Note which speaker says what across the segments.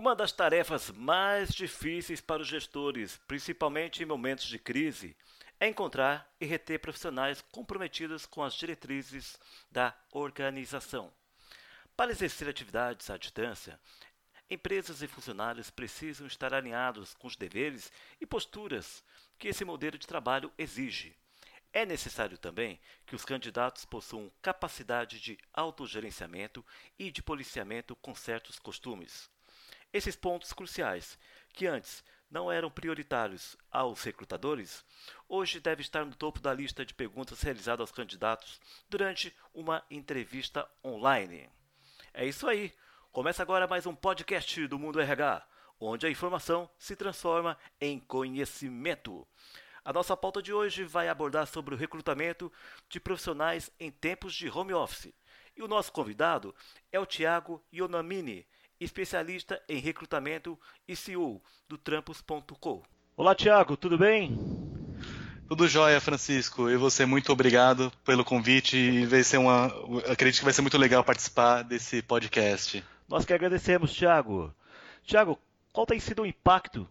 Speaker 1: Uma das tarefas mais difíceis para os gestores, principalmente em momentos de crise, é encontrar e reter profissionais comprometidos com as diretrizes da organização. Para exercer atividades à distância, empresas e funcionários precisam estar alinhados com os deveres e posturas que esse modelo de trabalho exige. É necessário também que os candidatos possuam capacidade de autogerenciamento e de policiamento com certos costumes. Esses pontos cruciais, que antes não eram prioritários aos recrutadores, hoje devem estar no topo da lista de perguntas realizadas aos candidatos durante uma entrevista online. É isso aí. Começa agora mais um podcast do Mundo RH, onde a informação se transforma em conhecimento. A nossa pauta de hoje vai abordar sobre o recrutamento de profissionais em tempos de home office. E o nosso convidado é o Thiago Ionamini, especialista em recrutamento e CEO do Trampos.com. Olá, Thiago, tudo bem?
Speaker 2: Tudo jóia, Francisco. E você, muito obrigado pelo convite. E acredito que vai ser muito legal participar desse podcast.
Speaker 1: Nós que agradecemos, Thiago. Thiago, qual tem sido o impacto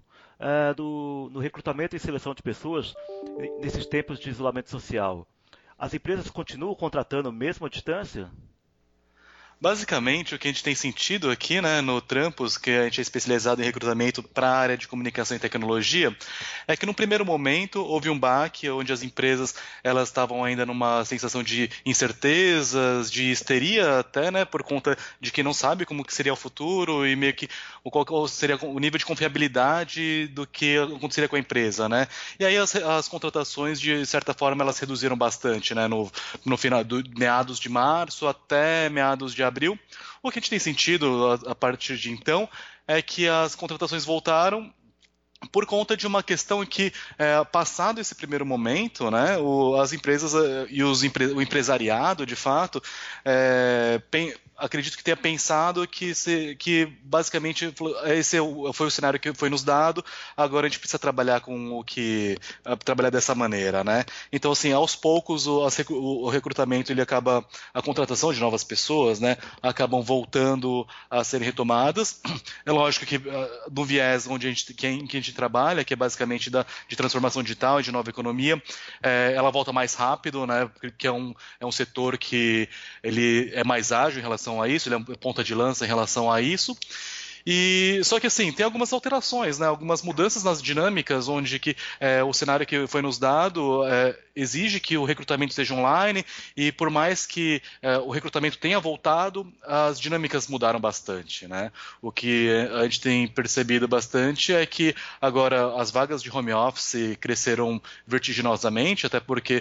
Speaker 1: no recrutamento e seleção de pessoas nesses tempos de isolamento social? As empresas continuam contratando mesmo à distância?
Speaker 2: Basicamente, o que a gente tem sentido aqui, né, no Trampos, que a gente é especializado em recrutamento para a área de comunicação e tecnologia, é que no primeiro momento houve um baque onde as empresas elas estavam ainda numa sensação de incertezas, de histeria até, né, por conta de que não sabe como que seria o futuro e meio que qual seria o nível de confiabilidade do que aconteceria com a empresa, né? E aí as contratações, de certa forma, elas reduziram bastante, né, no final, meados de março até meados de abril. O que a gente tem sentido a partir de então é que as contratações voltaram por conta de uma questão em que, passado esse primeiro momento, né, as empresas e o empresariado, de fato, acredito que tenha pensado que basicamente esse foi o cenário que foi nos dado, agora a gente precisa trabalhar trabalhar dessa maneira, né? Então, assim, aos poucos o recrutamento a contratação de novas pessoas, né, acabam voltando a serem retomadas. É lógico que no viés onde que a gente trabalha, que é basicamente de transformação digital e de nova economia, ela volta mais rápido, né, porque é um setor que ele é mais ágil em relação a isso, ele é ponta de lança em relação a isso. E só que assim, tem algumas alterações, né, algumas mudanças nas dinâmicas, onde o cenário que foi nos dado exige que o recrutamento seja online, e por mais que o recrutamento tenha voltado, as dinâmicas mudaram bastante, né? O que a gente tem percebido bastante é que agora as vagas de home office cresceram vertiginosamente, até porque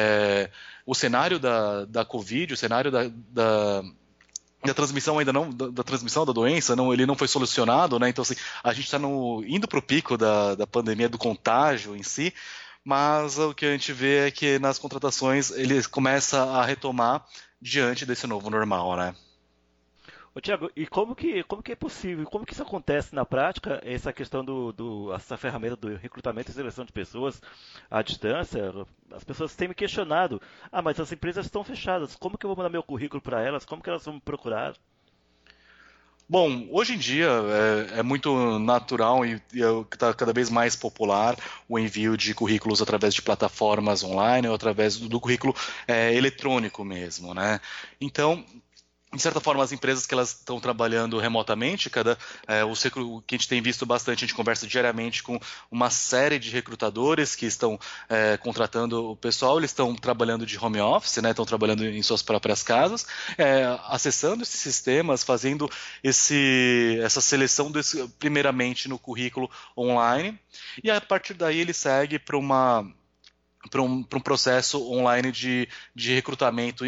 Speaker 2: o cenário da Covid, o cenário da transmissão ainda não, da transmissão da doença, ele não foi solucionado, né? Então, assim, a gente está indo para o pico da pandemia, do contágio em si, mas o que a gente vê é que nas contratações ele começa a retomar diante desse novo normal, né?
Speaker 1: Ô, Tiago, e como que é possível, como que isso acontece na prática, essa questão essa ferramenta do recrutamento e seleção de pessoas à distância? As pessoas têm me questionado, mas as empresas estão fechadas, como que eu vou mandar meu currículo para elas, como que elas vão me procurar?
Speaker 2: Bom, hoje em dia é muito natural e está cada vez mais popular o envio de currículos através de plataformas online ou através do currículo eletrônico mesmo, né? Então, de certa forma, as empresas que elas estão trabalhando remotamente, o que a gente tem visto bastante, a gente conversa diariamente com uma série de recrutadores que estão contratando o pessoal, eles estão trabalhando de home office, né, estão trabalhando em suas próprias casas, acessando esses sistemas, fazendo essa seleção primeiramente no currículo online, e a partir daí ele segue para um processo online de recrutamento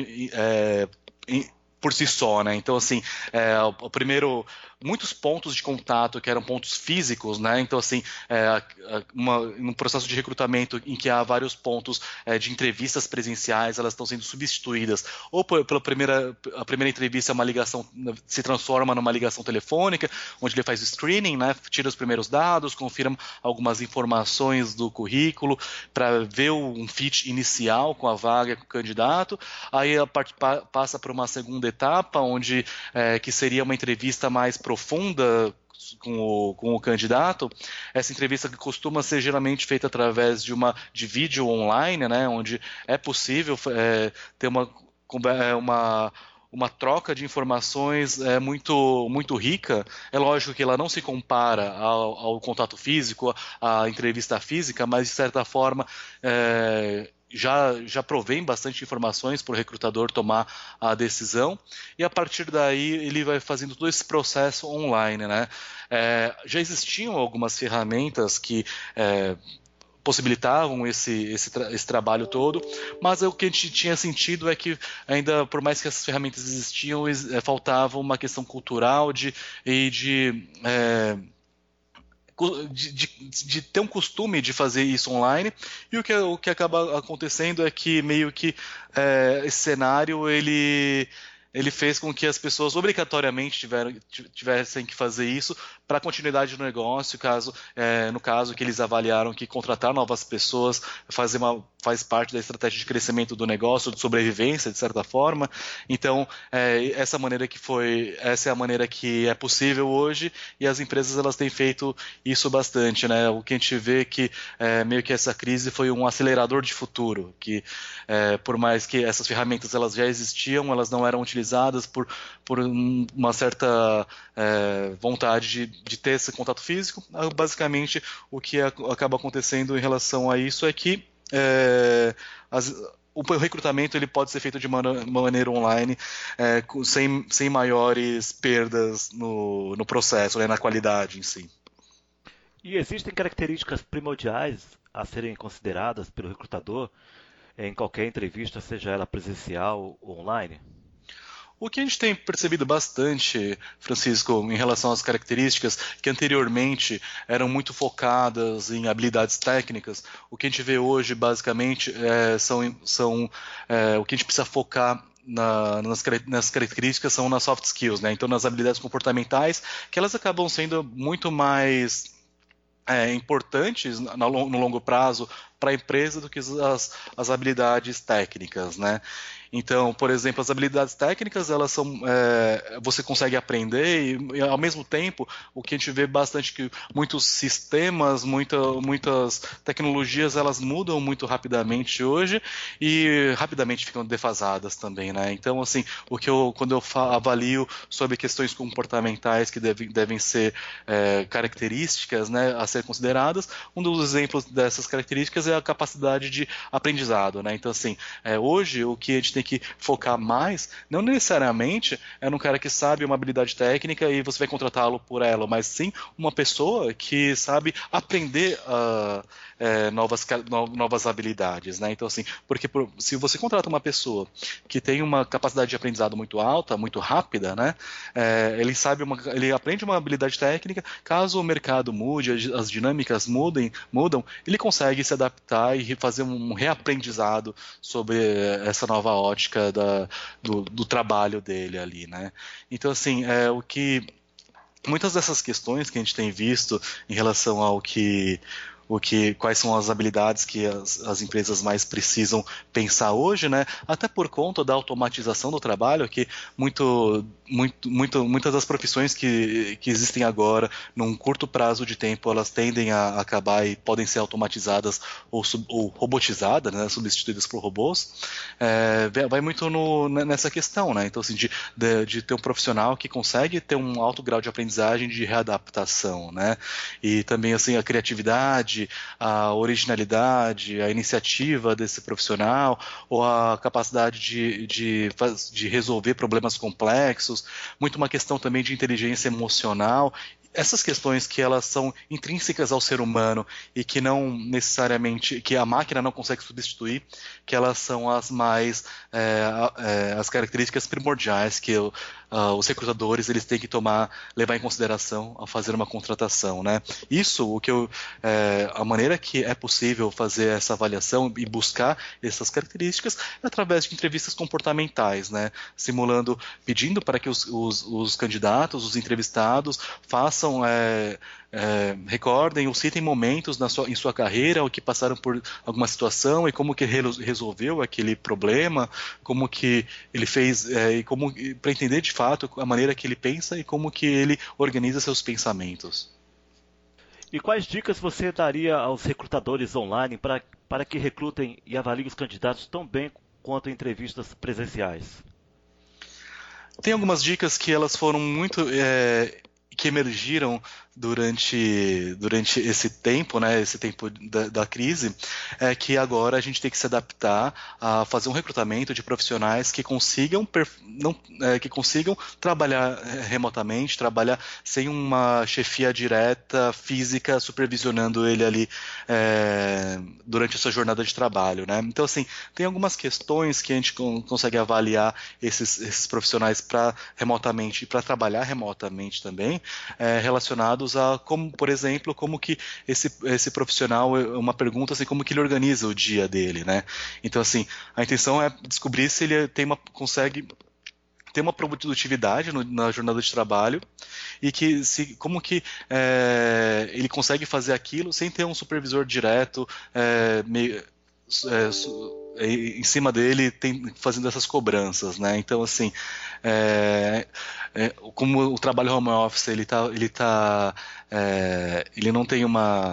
Speaker 2: por si só, né? Então, assim, o primeiro, muitos pontos de contato que eram pontos físicos, né? Então, assim, um processo de recrutamento em que há vários pontos de entrevistas presenciais, elas estão sendo substituídas, ou a primeira entrevista, uma ligação se transforma numa ligação telefônica, onde ele faz o screening, né? Tira os primeiros dados, confirma algumas informações do currículo para ver um fit inicial com a vaga, com o candidato, aí passa para uma segunda segunda etapa, onde que seria uma entrevista mais profunda com o candidato. Essa entrevista que costuma ser geralmente feita através de vídeo online, né, onde é possível ter uma troca de informações muito rica. É lógico que ela não se compara ao contato físico, à entrevista física, mas de certa forma já provém bastante informações para o recrutador tomar a decisão, e a partir daí ele vai fazendo todo esse processo online, né? Já existiam algumas ferramentas que possibilitavam esse trabalho todo, mas o que a gente tinha sentido é que ainda, por mais que essas ferramentas existiam, faltava uma questão cultural de ter um costume de fazer isso online, e o que acaba acontecendo é que meio que esse cenário ele fez com que as pessoas obrigatoriamente tivessem que fazer isso para a continuidade do negócio, no caso que eles avaliaram que contratar novas pessoas faz parte da estratégia de crescimento do negócio, de sobrevivência, de certa forma. Então, essa é a maneira que é possível hoje, e as empresas elas têm feito isso bastante, né? O que a gente vê que meio que essa crise foi um acelerador de futuro, que por mais que essas ferramentas elas já existiam, elas não eram utilizadas por uma certa vontade de ter esse contato físico. Basicamente, o que acaba acontecendo em relação a isso é que o recrutamento ele pode ser feito de maneira online, sem maiores perdas no processo, né, na qualidade em si.
Speaker 1: E existem características primordiais a serem consideradas pelo recrutador em qualquer entrevista, seja ela presencial ou online?
Speaker 2: O que a gente tem percebido bastante, Francisco, em relação às características que anteriormente eram muito focadas em habilidades técnicas, o que a gente vê hoje basicamente são o que a gente precisa focar nas características são nas soft skills, né? Então nas habilidades comportamentais, que elas acabam sendo muito mais importantes no longo prazo para a empresa do que as habilidades técnicas, né? Então, por exemplo, as habilidades técnicas, elas são, você consegue aprender e, ao mesmo tempo, o que a gente vê bastante que muitos sistemas, muitas tecnologias, elas mudam muito rapidamente hoje e rapidamente ficam defasadas também, né? Então, assim, quando eu avalio sobre questões comportamentais que devem ser características, né, a ser consideradas, um dos exemplos dessas características é a capacidade de aprendizado, né? Então, assim, hoje o que a gente tem que focar mais, não necessariamente é num cara que sabe uma habilidade técnica e você vai contratá-lo por ela, mas sim uma pessoa que sabe aprender novas habilidades, né? Então, assim, porque se você contrata uma pessoa que tem uma capacidade de aprendizado muito alta, muito rápida, né? Ele aprende uma habilidade técnica, caso o mercado mude, as dinâmicas mudam, ele consegue se adaptar e fazer um reaprendizado sobre essa nova ótica do trabalho dele ali, né? Então, assim, muitas dessas questões que a gente tem visto em relação ao quais são as habilidades que as empresas mais precisam pensar hoje, né? Até por conta da automatização do trabalho, que muitas das profissões que existem agora, num curto prazo de tempo, elas tendem a acabar e podem ser automatizadas ou robotizadas, né? Substituídas por robôs. Vai muito nessa questão, né? Então, assim, de ter um profissional que consegue ter um alto grau de aprendizagem, de readaptação, né? E também, assim, a criatividade, a originalidade, a iniciativa desse profissional, ou a capacidade de resolver problemas complexos, muito uma questão também de inteligência emocional. Essas questões que elas são intrínsecas ao ser humano e que não necessariamente, que a máquina não consegue substituir, que elas são as características primordiais que os recrutadores eles têm que levar em consideração ao fazer uma contratação, né? Isso, a maneira que é possível fazer essa avaliação e buscar essas características é através de entrevistas comportamentais, né? Pedindo para que os candidatos, os entrevistados, façam recordem ou citem momentos em sua carreira ou que passaram por alguma situação e como que resolveu aquele problema, como que ele fez, e como para entender de fato a maneira que ele pensa e como que ele organiza seus pensamentos.
Speaker 1: E quais dicas você daria aos recrutadores online para que recrutem e avaliem os candidatos tão bem quanto em entrevistas presenciais?
Speaker 2: Tem algumas dicas que elas foram muito que emergiram durante esse tempo, né, esse tempo da crise, que agora a gente tem que se adaptar a fazer um recrutamento de profissionais que consigam, que consigam trabalhar remotamente, trabalhar sem uma chefia direta, física, supervisionando ele ali durante a sua jornada de trabalho, né? Então, assim, tem algumas questões que a gente consegue avaliar esses profissionais para remotamente e para trabalhar remotamente também, relacionados a, como, por exemplo, como que esse profissional, uma pergunta assim, como que ele organiza o dia dele, né? Então, assim, a intenção é descobrir se ele consegue ter uma produtividade na jornada de trabalho e como que ele consegue fazer aquilo sem ter um supervisor direto em cima dele fazendo essas cobranças, né? Então, assim, como o trabalho home office ele não tem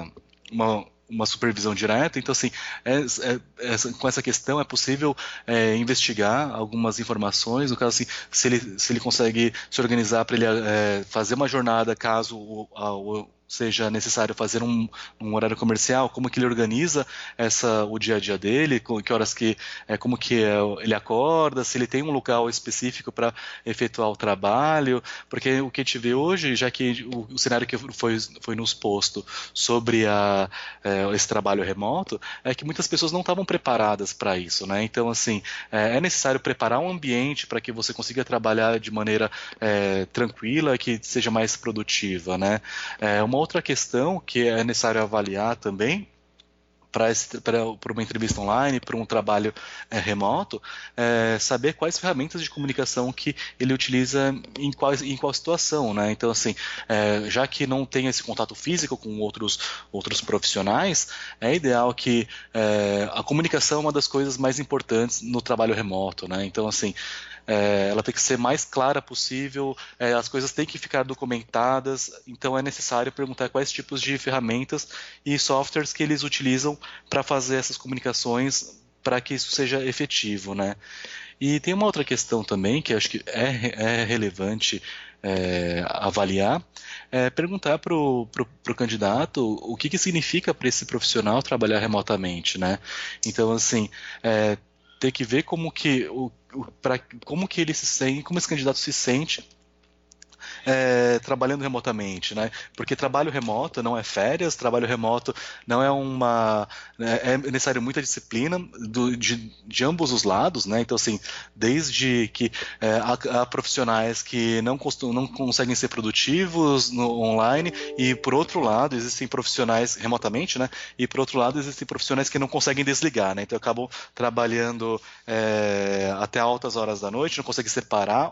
Speaker 2: uma supervisão direta, então assim, com essa questão é possível investigar algumas informações, no caso assim, se ele consegue se organizar para ele fazer uma jornada caso seja necessário fazer um horário comercial, como que ele organiza o dia a dia dele, que horas como que ele acorda, se ele tem um local específico para efetuar o trabalho, porque o que a gente vê hoje, já que o cenário que foi nos posto sobre esse trabalho remoto, é que muitas pessoas não estavam preparadas para isso, né? Então, assim, é necessário preparar um ambiente para que você consiga trabalhar de maneira tranquila, que seja mais produtiva, né? Uma outra questão que é necessário avaliar também para uma entrevista online, para um trabalho remoto, saber quais ferramentas de comunicação que ele utiliza em qual situação, né? Então, assim, já que não tem esse contato físico com outros profissionais, é ideal que a comunicação é uma das coisas mais importantes no trabalho remoto, né? Então, assim, ela tem que ser mais clara possível, as coisas têm que ficar documentadas, então é necessário perguntar quais tipos de ferramentas e softwares que eles utilizam para fazer essas comunicações para que isso seja efetivo, né? E tem uma outra questão também que acho que é relevante avaliar, perguntar para o candidato o que significa para esse profissional trabalhar remotamente, né? Então, assim, ter que ver como que como que ele se sente, como esse candidato se sente trabalhando remotamente, né? Porque trabalho remoto não é férias, trabalho remoto não é necessário muita disciplina de ambos os lados, né? Então, assim, desde que há profissionais que não conseguem ser produtivos no online e, por outro lado, existem profissionais remotamente, né? E, por outro lado, existem profissionais que não conseguem desligar, né? Então, acabam trabalhando até altas horas da noite, não conseguem separar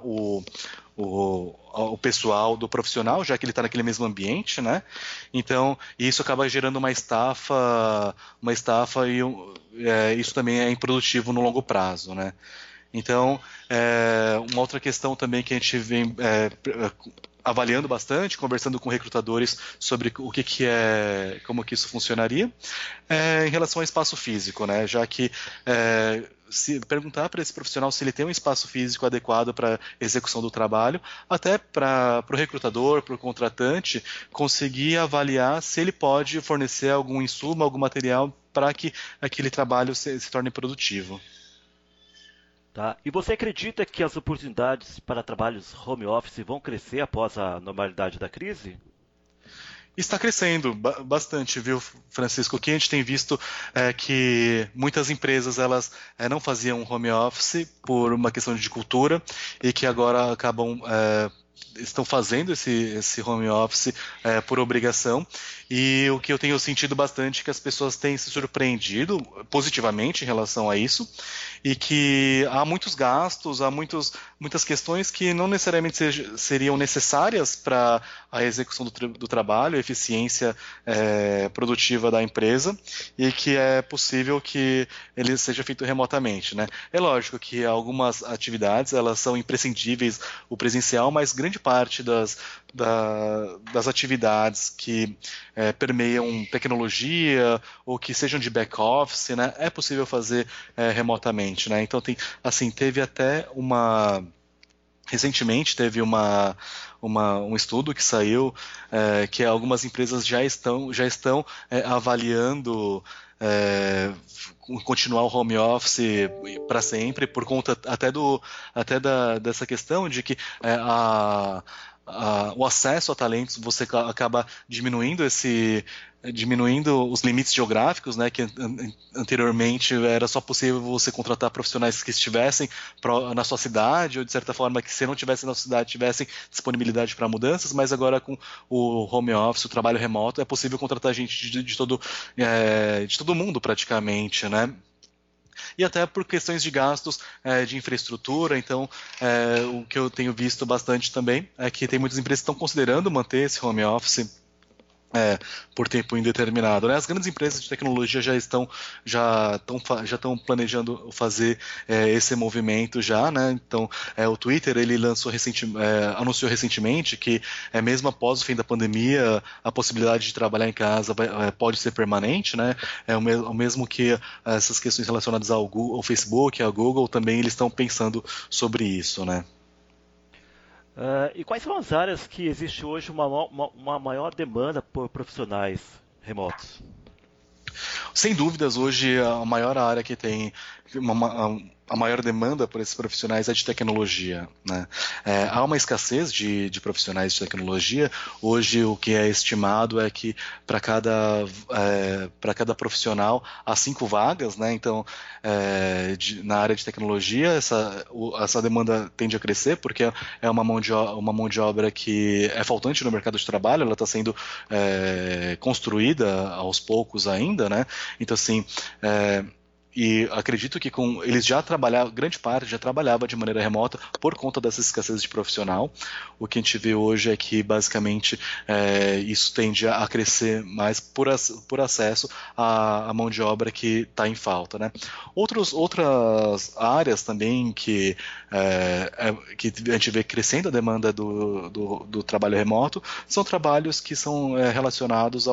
Speaker 2: o pessoal do profissional, já que ele está naquele mesmo ambiente, né? Então, isso acaba gerando uma estafa e isso também é improdutivo no longo prazo, né? Então, uma outra questão também que a gente vem avaliando bastante, conversando com recrutadores sobre como que isso funcionaria, em relação ao espaço físico, né? Já que se perguntar para esse profissional se ele tem um espaço físico adequado para execução do trabalho, até para o recrutador, para o contratante, conseguir avaliar se ele pode fornecer algum insumo, algum material para que aquele trabalho se torne produtivo.
Speaker 1: Tá? E você acredita que as oportunidades para trabalhos home office vão crescer após a normalidade da crise?
Speaker 2: Está crescendo bastante, viu, Francisco? O que a gente tem visto é que muitas empresas elas não faziam home office por uma questão de cultura e que agora estão fazendo esse home office por obrigação E o que eu tenho sentido bastante é que as pessoas têm se surpreendido positivamente em relação a isso, e que há muitos gastos, muitas questões que não necessariamente seriam necessárias para a execução do trabalho, a eficiência produtiva da empresa, e que é possível que ele seja feito remotamente, né? É lógico que algumas atividades elas são imprescindíveis o presencial, mas grande parte das atividades que permeiam tecnologia ou que sejam de back-office, né, é possível fazer remotamente, né? Então teve até recentemente teve um estudo que saiu que algumas empresas já estão avaliando continuar o home office para sempre por conta dessa questão de que o acesso a talentos você acaba diminuindo os limites geográficos, né, que anteriormente era só possível você contratar profissionais que estivessem na sua cidade, ou de certa forma que se não tivessem na sua cidade tivessem disponibilidade para mudanças, mas agora com o home office, o trabalho remoto, é possível contratar gente de todo mundo praticamente, né? E até por questões de gastos de infraestrutura. Então, o que eu tenho visto bastante também é que tem muitas empresas que estão considerando manter esse home office por tempo indeterminado, né? As grandes empresas de tecnologia já estão planejando fazer esse movimento já, né? Então, o Twitter ele anunciou recentemente que mesmo após o fim da pandemia, a possibilidade de trabalhar em casa pode ser permanente, né? O mesmo que essas questões relacionadas ao Facebook, ao Google, também eles estão pensando sobre isso, né?
Speaker 1: E quais são as áreas que existe hoje uma maior demanda por profissionais remotos?
Speaker 2: Sem dúvidas, hoje a maior área que tem a maior demanda por esses profissionais é de tecnologia, né? Há uma escassez de profissionais de tecnologia. Hoje o que é estimado é que para cada profissional há 5 vagas, né? Então, na área de tecnologia essa demanda tende a crescer porque é uma mão de obra que é faltante no mercado de trabalho. Ela está sendo construída aos poucos ainda, né? Então, assim, e acredito que eles grande parte já trabalhava de maneira remota por conta dessa escassez de profissional. O que a gente vê hoje é que, basicamente, isso tende a crescer mais por acesso à mão de obra que está em falta, né? Outras áreas também que a gente vê crescendo a demanda do trabalho remoto são trabalhos que são relacionados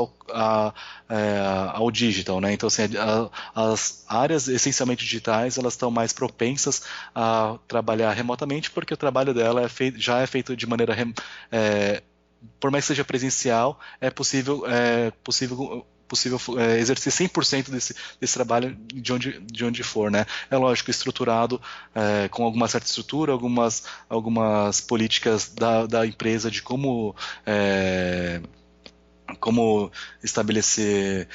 Speaker 2: ao digital, né? Então, assim, as áreas essencialmente digitais, elas estão mais propensas a trabalhar remotamente, porque o trabalho dela já é feito de maneira por mais que seja presencial, é possível exercer 100% desse trabalho de onde for, né? É lógico, estruturado com alguma certa estrutura, algumas políticas da empresa de como estabelecer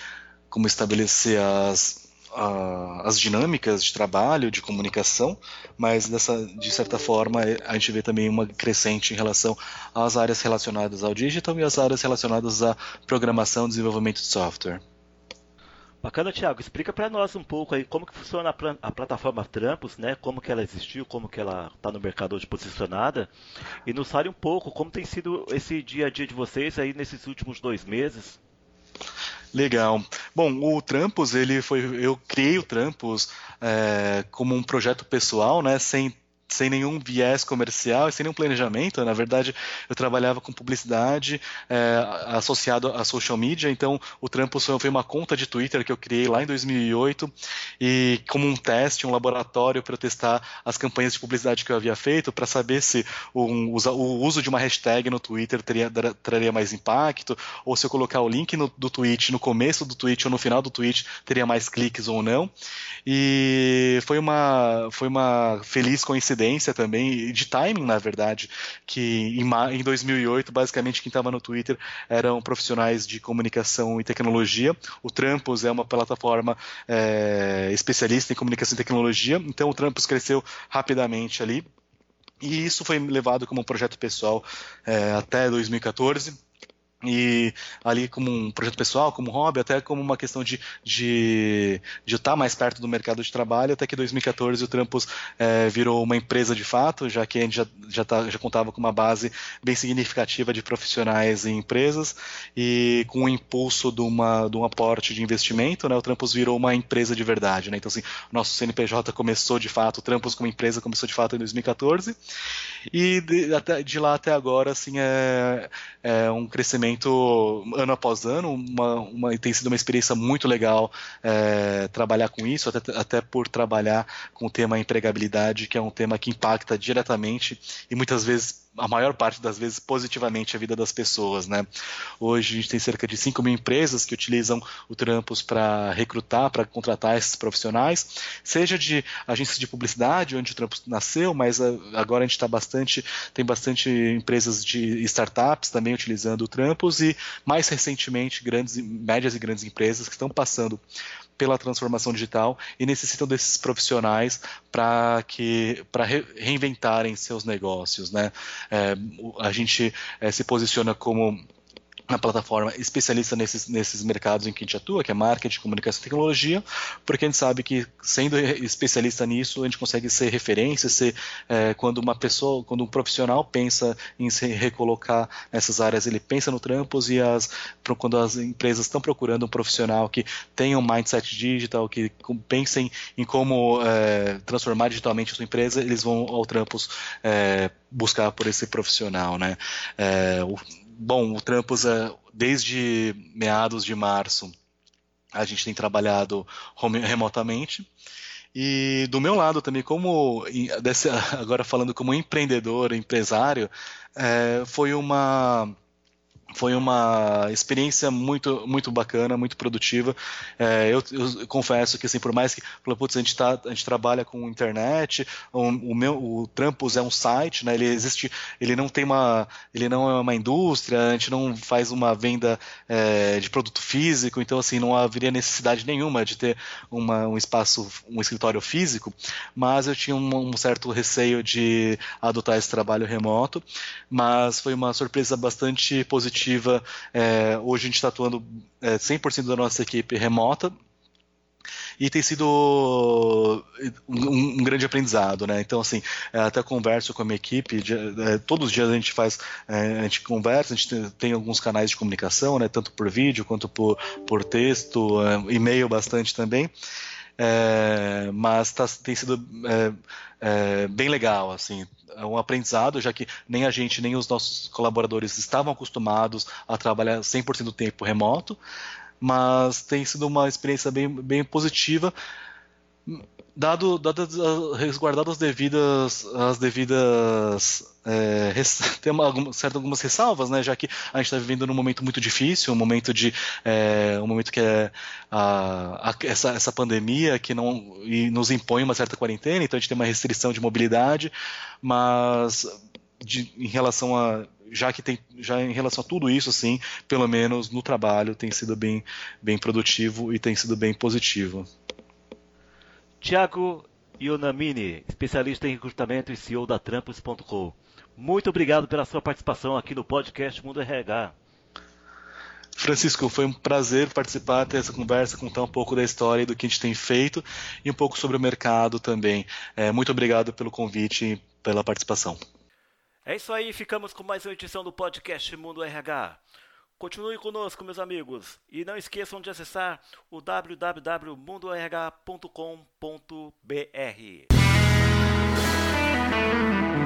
Speaker 2: as dinâmicas de trabalho, de comunicação, mas de certa forma a gente vê também uma crescente em relação às áreas relacionadas ao digital e às áreas relacionadas à programação e desenvolvimento de software.
Speaker 1: Bacana, Thiago. Explica para nós um pouco aí como que funciona a plataforma Trampos, né? Como que ela existiu, como que ela está no mercado hoje posicionada, e nos fale um pouco como tem sido esse dia a dia de vocês aí nesses últimos 2 meses.
Speaker 2: Legal. Bom, o Trampos, eu criei o Trampos como um projeto pessoal, né, sem nenhum viés comercial e sem nenhum planejamento. Na verdade, eu trabalhava com publicidade associado à social media, então o Trampos foi uma conta de Twitter que eu criei lá em 2008 e como um teste, um laboratório para eu testar as campanhas de publicidade que eu havia feito para saber se o uso de uma hashtag no Twitter traria mais impacto, ou se eu colocar o link do tweet no começo do tweet ou no final do tweet teria mais cliques ou não. E foi uma feliz coincidência também, de timing, na verdade, que em 2008, basicamente, quem estava no Twitter eram profissionais de comunicação e tecnologia. O Trampos é uma plataforma especialista em comunicação e tecnologia, então o Trampos cresceu rapidamente ali, e isso foi levado como um projeto pessoal até 2014. E ali como um projeto pessoal, como hobby, até como uma questão de estar mais perto do mercado de trabalho, até que em 2014 o Trampos virou uma empresa de fato, já que a gente já contava com uma base bem significativa de profissionais em empresas, e com o impulso de um aporte de investimento, né, o Trampos virou uma empresa de verdade. Né? Então, assim, o nosso CNPJ começou de fato, o Trampos como empresa começou de fato em 2014, e de lá até agora, assim, é um crescimento ano após ano, tem sido uma experiência muito legal trabalhar com isso, até por trabalhar com o tema empregabilidade, que é um tema que impacta diretamente e muitas vezes, a maior parte das vezes, positivamente a vida das pessoas, né? Hoje a gente tem cerca de 5 mil empresas que utilizam o Trampos para recrutar, para contratar esses profissionais, seja de agências de publicidade, onde o Trampos nasceu, mas agora a gente tem bastante empresas de startups também utilizando o Trampos e, mais recentemente, médias e grandes empresas que estão passando pela transformação digital e necessitam desses profissionais para reinventarem seus negócios, né? A gente se posiciona como uma plataforma especialista nesses mercados em que a gente atua, que é marketing, comunicação e tecnologia, porque a gente sabe que, sendo especialista nisso, a gente consegue ser referência, quando um profissional pensa em se recolocar nessas áreas, ele pensa no Trampos, e quando as empresas estão procurando um profissional que tenha um mindset digital, que pensem em como transformar digitalmente a sua empresa, eles vão ao Trampos buscar por esse profissional, né? Bom, o Trampos, desde meados de março, a gente tem trabalhado remotamente. E do meu lado também, agora falando como empreendedor, empresário, foi uma experiência muito, muito bacana, muito produtiva. Eu confesso que, assim, por mais que putz, a gente trabalha com internet, o Trampos é um site, né, ele não é uma indústria, a gente não faz uma venda de produto físico, então, assim, não haveria necessidade nenhuma de ter um escritório físico, mas eu tinha um certo receio de adotar esse trabalho remoto, mas foi uma surpresa bastante positiva. Hoje a gente está atuando 100% da nossa equipe remota, e tem sido um grande aprendizado, né? Então, assim, até converso com a minha equipe, todos os dias a gente conversa, a gente tem alguns canais de comunicação, né? Tanto por vídeo quanto por texto, e-mail bastante também. Mas tem sido bem legal, assim, é um aprendizado, já que nem a gente, nem os nossos colaboradores estavam acostumados a trabalhar 100% do tempo remoto, mas tem sido uma experiência bem, bem positiva, resguardadas as devidas tem algumas ressalvas, né, já que a gente está vivendo num momento muito difícil, um momento que é essa pandemia que nos impõe uma certa quarentena, então a gente tem uma restrição de mobilidade, mas em relação a tudo isso, assim, pelo menos no trabalho tem sido bem, bem produtivo e tem sido bem positivo.
Speaker 1: Thiago Ionamini, especialista em recrutamento e CEO da Trampos.com. Muito obrigado pela sua participação aqui no podcast Mundo RH.
Speaker 2: Francisco, foi um prazer participar, ter essa conversa, contar um pouco da história e do que a gente tem feito e um pouco sobre o mercado também. Muito obrigado pelo convite e pela participação.
Speaker 1: É isso aí, ficamos com mais uma edição do podcast Mundo RH. Continue conosco, meus amigos, e não esqueçam de acessar o www.mundorh.com.br.